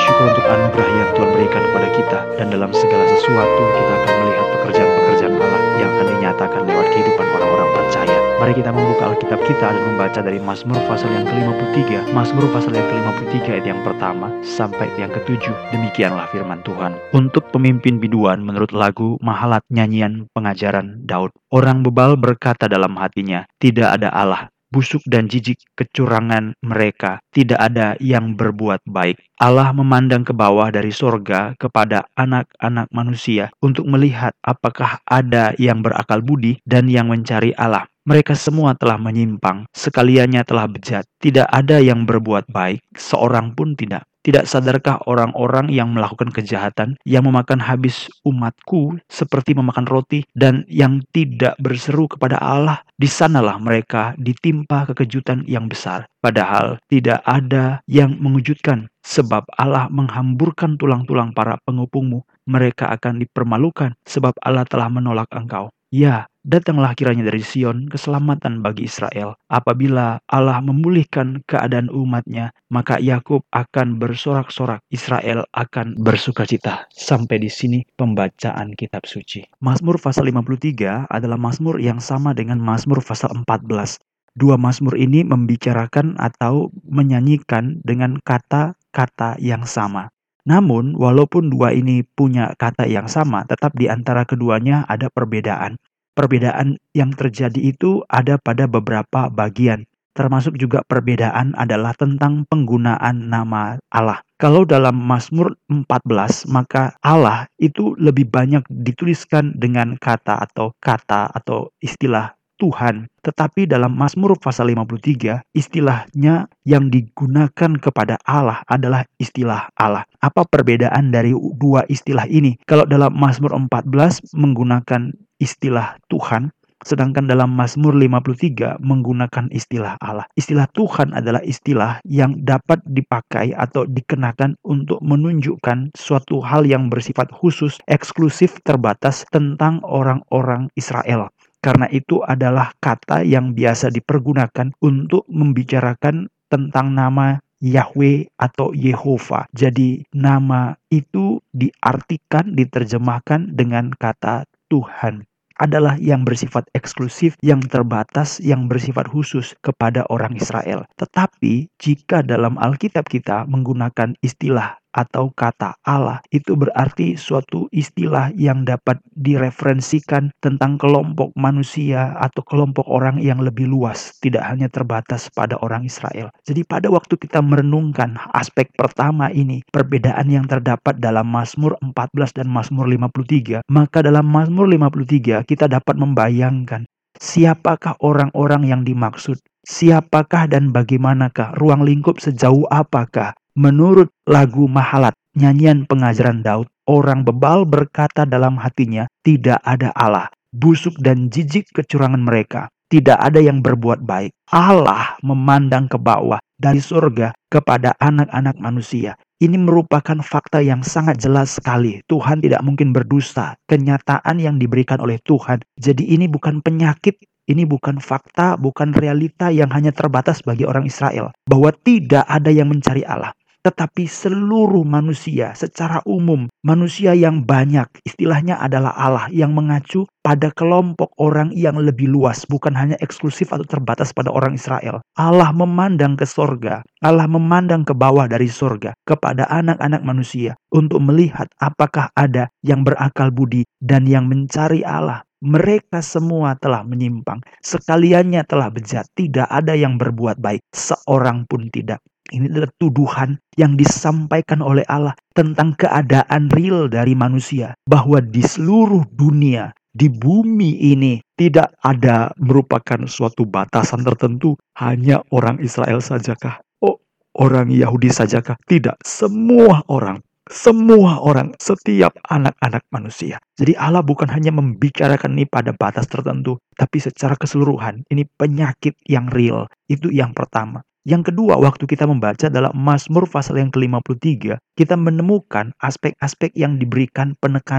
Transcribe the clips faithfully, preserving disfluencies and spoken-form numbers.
bersyukur untuk anugerah yang Tuhan berikan kepada kita, dan dalam segala sesuatu kita akan melihat pekerjaan-pekerjaan Allah yang akan dinyatakan lewat kehidupan orang-orang percaya. Mari kita membuka Alkitab kita dan membaca dari Mazmur pasal yang ke lima puluh tiga, Mazmur pasal yang ke lima puluh tiga ayat yang pertama sampai yang ketujuh. Demikianlah firman Tuhan. Untuk pemimpin biduan menurut lagu Mahalat, nyanyian pengajaran Daud. Orang bebal berkata dalam hatinya, tidak ada Allah. Busuk dan jijik kecurangan mereka, tidak ada yang berbuat baik. Allah memandang ke bawah dari sorga kepada anak-anak manusia untuk melihat apakah ada yang berakal budi dan yang mencari Allah. Mereka semua telah menyimpang, sekaliannya telah bejat. Tidak ada yang berbuat baik, seorang pun tidak. Tidak sadarkah orang-orang yang melakukan kejahatan, yang memakan habis umatku seperti memakan roti, dan yang tidak berseru kepada Allah? Di sanalah mereka ditimpa kekejutan yang besar. Padahal tidak ada yang mengejutkan, sebab Allah menghamburkan tulang-tulang para pengepungmu. Mereka akan dipermalukan, sebab Allah telah menolak engkau. Ya, datanglah kiranya dari Sion keselamatan bagi Israel. Apabila Allah memulihkan keadaan umatnya, maka Yakub akan bersorak-sorak, Israel akan bersukacita. Sampai di sini pembacaan kitab suci. Mazmur pasal lima puluh tiga adalah mazmur yang sama dengan Mazmur pasal empat belas. Dua mazmur ini membicarakan atau menyanyikan dengan kata-kata yang sama. Namun, walaupun dua ini punya kata yang sama, tetap di antara keduanya ada perbedaan. Perbedaan yang terjadi itu ada pada beberapa bagian. Termasuk juga perbedaan adalah tentang penggunaan nama Allah. Kalau dalam Mazmur empat belas, maka Allah itu lebih banyak dituliskan dengan kata atau kata atau istilah Tuhan. Tetapi dalam Mazmur pasal lima puluh tiga, istilahnya yang digunakan kepada Allah adalah istilah Allah. Apa perbedaan dari dua istilah ini? Kalau dalam Mazmur empat belas menggunakan istilah Tuhan, sedangkan dalam Mazmur lima puluh tiga menggunakan istilah Allah. Istilah Tuhan adalah istilah yang dapat dipakai atau dikenakan untuk menunjukkan suatu hal yang bersifat khusus, eksklusif, terbatas tentang orang-orang Israel. Karena itu adalah kata yang biasa dipergunakan untuk membicarakan tentang nama Yahweh atau Yehova. Jadi nama itu diartikan, diterjemahkan dengan kata Tuhan. Adalah yang bersifat eksklusif, yang terbatas, yang bersifat khusus kepada orang Israel. Tetapi jika dalam Alkitab kita menggunakan istilah atau kata Allah, itu berarti suatu istilah yang dapat direferensikan tentang kelompok manusia atau kelompok orang yang lebih luas, tidak hanya terbatas pada orang Israel. Jadi pada waktu kita merenungkan aspek pertama ini, perbedaan yang terdapat dalam Mazmur empat belas dan Mazmur lima puluh tiga, maka dalam Mazmur lima puluh tiga kita dapat membayangkan siapakah orang-orang yang dimaksud, siapakah dan bagaimanakah, ruang lingkup sejauh apakah. Menurut lagu Mahalat, nyanyian pengajaran Daud, orang bebal berkata dalam hatinya, tidak ada Allah. Busuk dan jijik kecurangan mereka, tidak ada yang berbuat baik. Allah memandang ke bawah dari surga kepada anak-anak manusia. Ini merupakan fakta yang sangat jelas sekali. Tuhan tidak mungkin berdusta. Kenyataan yang diberikan oleh Tuhan. Jadi ini bukan penyakit. Ini bukan fakta, bukan realita yang hanya terbatas bagi orang Israel. Bahwa tidak ada yang mencari Allah. Tetapi seluruh manusia secara umum, manusia yang banyak, istilahnya adalah Allah yang mengacu pada kelompok orang yang lebih luas, bukan hanya eksklusif atau terbatas pada orang Israel. Allah memandang ke sorga, Allah memandang ke bawah dari sorga kepada anak-anak manusia untuk melihat apakah ada yang berakal budi dan yang mencari Allah. Mereka semua telah menyimpang, sekaliannya telah bejat, tidak ada yang berbuat baik, seorang pun tidak. Ini adalah tuduhan yang disampaikan oleh Allah tentang keadaan real dari manusia. Bahwa di seluruh dunia, di bumi ini, tidak ada merupakan suatu batasan tertentu. Hanya orang Israel sajakah? Oh, orang Yahudi sajakah? Tidak, semua orang. Semua orang, setiap anak-anak manusia. Jadi Allah bukan hanya membicarakan ini pada batas tertentu, tapi secara keseluruhan. Ini penyakit yang real. Itu yang pertama. Yang kedua, waktu kita membaca dalam Mazmur pasal yang ke lima puluh tiga, kita menemukan aspek-aspek yang diberikan penekanan.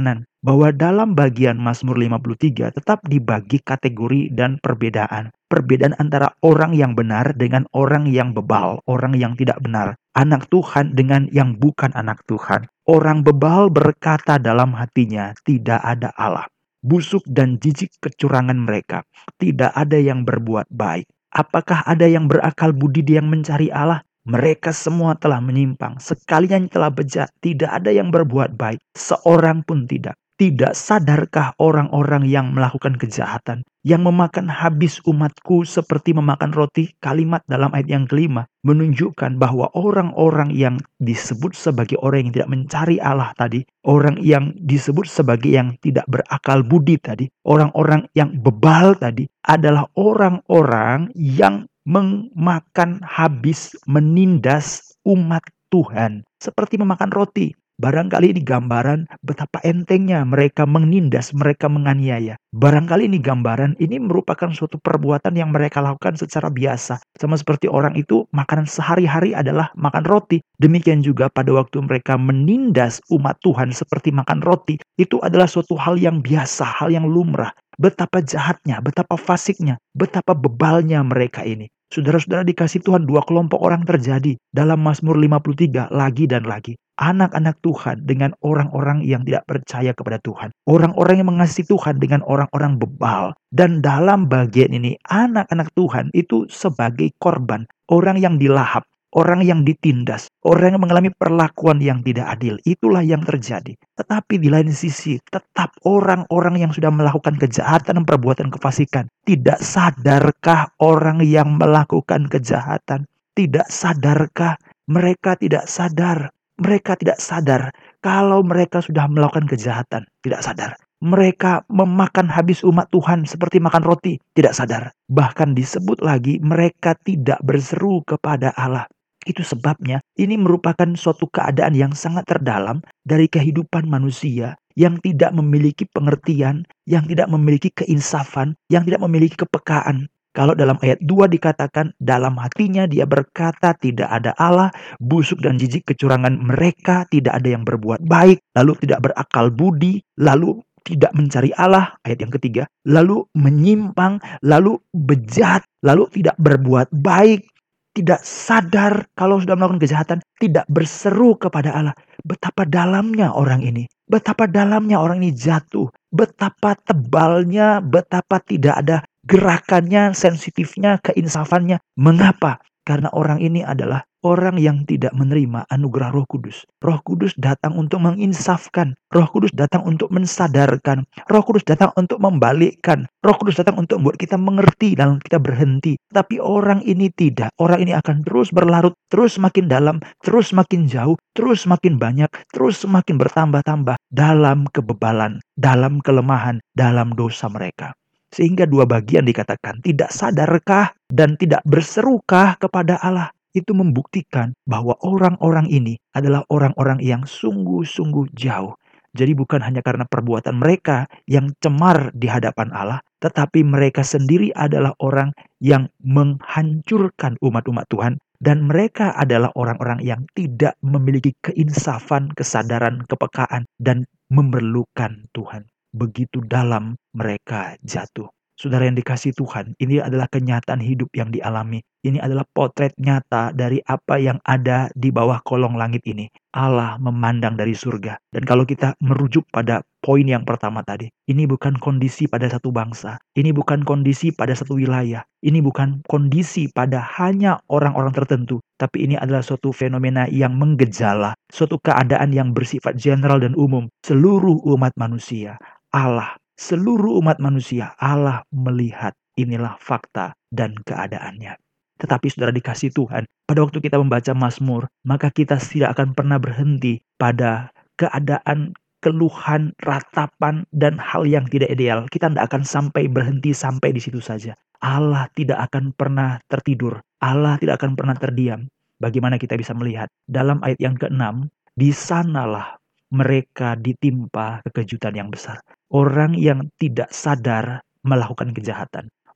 bahwa dalam bagian Mazmur lima puluh tiga tetap dibagi kategori dan perbedaan. Perbedaan antara orang yang benar dengan orang yang bebal, orang yang tidak benar. Anak Tuhan dengan yang bukan anak Tuhan. Orang bebal berkata dalam hatinya, tidak ada Allah. Busuk dan jijik kecurangan mereka. Tidak ada yang berbuat baik. Apakah ada yang berakal budi yang mencari Allah? Mereka semua telah menyimpang. Sekalian telah bejat. Tidak ada yang berbuat baik. Seorang pun tidak. Tidak sadarkah orang-orang yang melakukan kejahatan, yang memakan habis umatku seperti memakan roti? Kalimat dalam ayat yang kelima menunjukkan bahwa orang-orang yang disebut sebagai orang yang tidak mencari Allah tadi, orang yang disebut sebagai yang tidak berakal budi tadi, orang-orang yang bebal tadi, adalah orang-orang yang memakan habis, menindas umat Tuhan seperti memakan roti. Barangkali ini gambaran betapa entengnya mereka menindas, mereka menganiaya. Barangkali ini gambaran, ini merupakan suatu perbuatan yang mereka lakukan secara biasa. Sama seperti orang itu, makanan sehari-hari adalah makan roti. Demikian juga pada waktu mereka menindas umat Tuhan seperti makan roti. Itu adalah suatu hal yang biasa, hal yang lumrah. Betapa jahatnya, betapa fasiknya, betapa bebalnya mereka ini. Saudara-saudara dikasih Tuhan, dua kelompok orang terjadi dalam Mazmur lima puluh tiga lagi dan lagi. Anak-anak Tuhan dengan orang-orang yang tidak percaya kepada Tuhan. Orang-orang yang mengasihi Tuhan dengan orang-orang bebal. Dan dalam bagian ini anak-anak Tuhan itu sebagai korban. Orang yang dilahap. Orang yang ditindas. Orang yang mengalami perlakuan yang tidak adil. Itulah yang terjadi. Tetapi di lain sisi tetap orang-orang yang sudah melakukan kejahatan dan perbuatan kefasikan. Tidak sadarkah orang yang melakukan kejahatan? Tidak sadarkah? Mereka tidak sadar. Mereka tidak sadar kalau mereka sudah melakukan kejahatan. Tidak sadar. Mereka memakan habis umat Tuhan seperti makan roti. Tidak sadar. Bahkan disebut lagi mereka tidak berseru kepada Allah. Itu sebabnya ini merupakan suatu keadaan yang sangat terdalam dari kehidupan manusia yang tidak memiliki pengertian, yang tidak memiliki keinsafan, yang tidak memiliki kepekaan. Kalau dalam ayat dua dikatakan, dalam hatinya dia berkata tidak ada Allah, busuk dan jijik kecurangan mereka, tidak ada yang berbuat baik, lalu tidak berakal budi, lalu tidak mencari Allah, ayat yang ketiga, lalu menyimpang, lalu bejat, lalu tidak berbuat baik, tidak sadar kalau sudah melakukan kejahatan, tidak berseru kepada Allah. Betapa dalamnya orang ini, betapa dalamnya orang ini jatuh, betapa tebalnya, betapa tidak ada gerakannya, sensitifnya, keinsafannya. Mengapa? Karena orang ini adalah orang yang tidak menerima anugerah Roh Kudus. Roh Kudus datang untuk menginsafkan. Roh Kudus datang untuk mensadarkan. Roh Kudus datang untuk membalikkan. Roh Kudus datang untuk membuat kita mengerti dan kita berhenti. Tapi orang ini tidak. Orang ini akan terus berlarut, terus makin dalam, terus makin jauh, terus makin banyak, terus semakin bertambah-tambah dalam kebebalan, dalam kelemahan, dalam dosa mereka. Sehingga dua bagian dikatakan tidak sadarkah dan tidak berserukah kepada Allah. Itu membuktikan bahwa orang-orang ini adalah orang-orang yang sungguh-sungguh jauh. Jadi bukan hanya karena perbuatan mereka yang cemar di hadapan Allah, tetapi mereka sendiri adalah orang yang menghancurkan umat-umat Tuhan. Dan mereka adalah orang-orang yang tidak memiliki keinsafan, kesadaran, kepekaan, dan memerlukan Tuhan. Begitu dalam mereka jatuh. Saudara yang dikasihi Tuhan, ini adalah kenyataan hidup yang dialami. Ini adalah potret nyata dari apa yang ada di bawah kolong langit ini. Allah memandang dari surga. Dan kalau kita merujuk pada poin yang pertama tadi, ini bukan kondisi pada satu bangsa. Ini bukan kondisi pada satu wilayah. Ini bukan kondisi pada hanya orang-orang tertentu. Tapi ini adalah suatu fenomena yang menggejala. Suatu keadaan yang bersifat general dan umum. Seluruh umat manusia. Allah, seluruh umat manusia, Allah melihat. Inilah fakta dan keadaannya. Tetapi saudara dikasih Tuhan, pada waktu kita membaca Mazmur, maka kita tidak akan pernah berhenti pada keadaan, keluhan, ratapan, dan hal yang tidak ideal. Kita tidak akan sampai berhenti sampai di situ saja. Allah tidak akan pernah tertidur. Allah tidak akan pernah terdiam. Bagaimana kita bisa melihat? Dalam ayat yang keenam, di sanalah mereka ditimpa kekejutan yang besar. Orang yang tidak sadar melakukan kejahatan.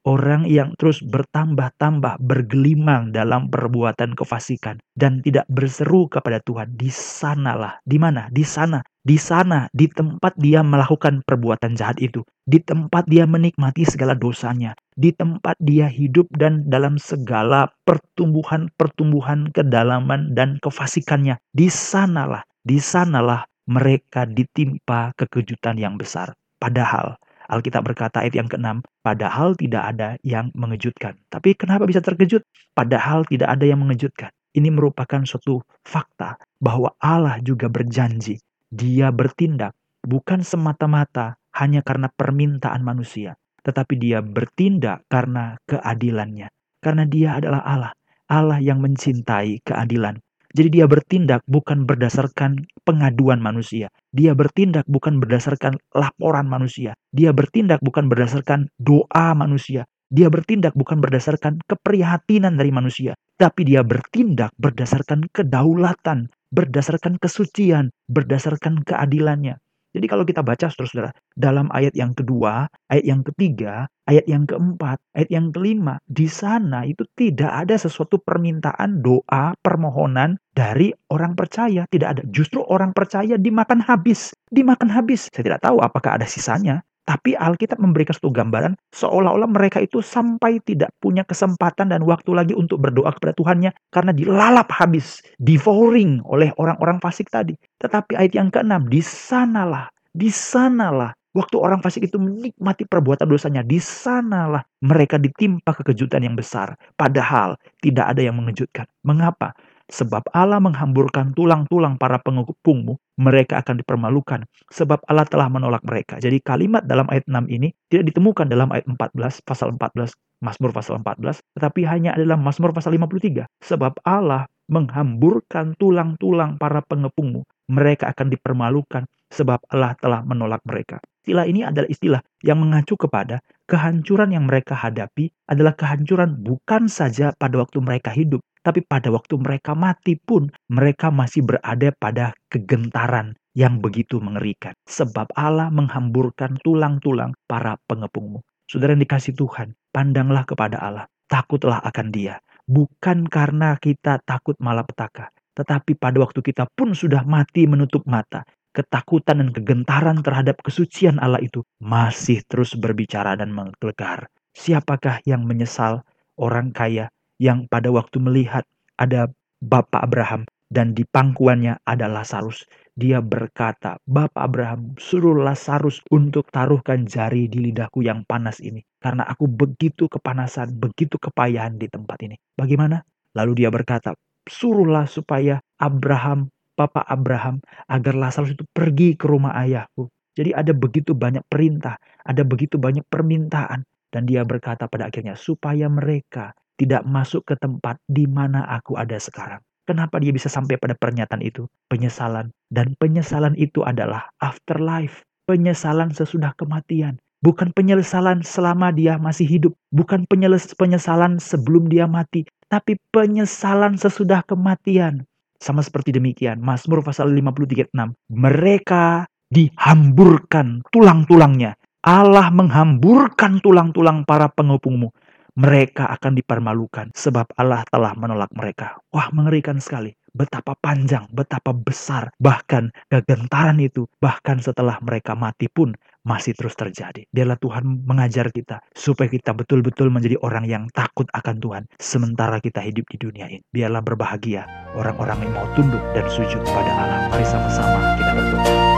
Orang yang terus bertambah-tambah bergelimang dalam perbuatan kefasikan dan tidak berseru kepada Tuhan, di sanalah, di mana? Di sana, di sana, di tempat dia melakukan perbuatan jahat itu, di tempat dia menikmati segala dosanya, di tempat dia hidup dan dalam segala pertumbuhan-pertumbuhan kedalaman dan kefasikannya, di sanalah, di sanalah mereka ditimpa kekejutan yang besar. Padahal Alkitab berkata ayat yang keenam, padahal tidak ada yang mengejutkan. Tapi kenapa bisa terkejut? Padahal tidak ada yang mengejutkan. Ini merupakan suatu fakta bahwa Allah juga berjanji. Dia bertindak bukan semata-mata hanya karena permintaan manusia. Tetapi dia bertindak karena keadilannya. Karena dia adalah Allah. Allah yang mencintai keadilan. Jadi dia bertindak bukan berdasarkan pengaduan manusia. Dia bertindak bukan berdasarkan laporan manusia. Dia bertindak bukan berdasarkan doa manusia. Dia bertindak bukan berdasarkan keprihatinan dari manusia. Tapi dia bertindak berdasarkan kedaulatan, berdasarkan kesucian, berdasarkan keadilannya. Jadi kalau kita baca saudara-saudara, dalam ayat yang kedua, ayat yang ketiga, ayat yang keempat, ayat yang kelima, di sana itu tidak ada sesuatu permintaan, doa, permohonan dari orang percaya. Tidak ada. Justru orang percaya dimakan habis. Dimakan habis. Saya tidak tahu apakah ada sisanya. Tapi Alkitab memberikan suatu gambaran seolah-olah mereka itu sampai tidak punya kesempatan dan waktu lagi untuk berdoa kepada Tuhannya karena dilalap habis, devouring oleh orang-orang fasik tadi. Tetapi ayat yang keenam, di sanalah, di sanalah waktu orang fasik itu menikmati perbuatan dosanya, di sanalah mereka ditimpa kekejutan yang besar. Padahal tidak ada yang mengejutkan. Mengapa? Sebab Allah menghamburkan tulang-tulang para pengepungmu, mereka akan dipermalukan. Sebab Allah telah menolak mereka. Jadi kalimat dalam ayat enam ini tidak ditemukan dalam ayat empat belas, pasal empat belas, Mazmur pasal empat belas, tetapi hanya adalah Mazmur pasal lima puluh tiga. Sebab Allah menghamburkan tulang-tulang para pengepungmu, mereka akan dipermalukan. Sebab Allah telah menolak mereka. Istilah ini adalah istilah yang mengacu kepada kehancuran yang mereka hadapi adalah kehancuran bukan saja pada waktu mereka hidup, tapi pada waktu mereka mati pun mereka masih berada pada kegentaran yang begitu mengerikan. Sebab Allah menghamburkan tulang-tulang para pengepungmu. Saudara yang dikasih Tuhan, pandanglah kepada Allah. Takutlah akan Dia. Bukan karena kita takut malapetaka. Tetapi pada waktu kita pun sudah mati menutup mata. Ketakutan dan kegentaran terhadap kesucian Allah itu masih terus berbicara dan menggelegar. Siapakah yang menyesal? Orang kaya yang pada waktu melihat ada Bapak Abraham dan di pangkuannya ada Lazarus. Dia berkata, Bapak Abraham, suruh Lazarus untuk taruhkan jari di lidahku yang panas ini. Karena aku begitu kepanasan, begitu kepayahan di tempat ini. Bagaimana? Lalu dia berkata, suruhlah supaya Abraham, Bapak Abraham, agar Lazarus itu pergi ke rumah ayahku. Jadi ada begitu banyak perintah, ada begitu banyak permintaan. Dan dia berkata pada akhirnya, supaya mereka tidak masuk ke tempat di mana aku ada sekarang. Kenapa dia bisa sampai pada pernyataan itu? Penyesalan. Dan penyesalan itu adalah afterlife. Penyesalan sesudah kematian. Bukan penyesalan selama dia masih hidup. Bukan penyesalan sebelum dia mati. Tapi penyesalan sesudah kematian. Sama seperti demikian, Mazmur pasal lima puluh tiga ayat enam. Mereka dihamburkan tulang-tulangnya. Allah menghamburkan tulang-tulang para pengepungmu. Mereka akan dipermalukan sebab Allah telah menolak mereka. Wah, mengerikan sekali. Betapa panjang, betapa besar. Bahkan kegentaran itu, bahkan setelah mereka mati pun masih terus terjadi. Biarlah Tuhan mengajar kita supaya kita betul-betul menjadi orang yang takut akan Tuhan sementara kita hidup di dunia ini. Biarlah berbahagia orang-orang yang mau tunduk dan sujud pada Allah. Mari sama-sama kita berdoa.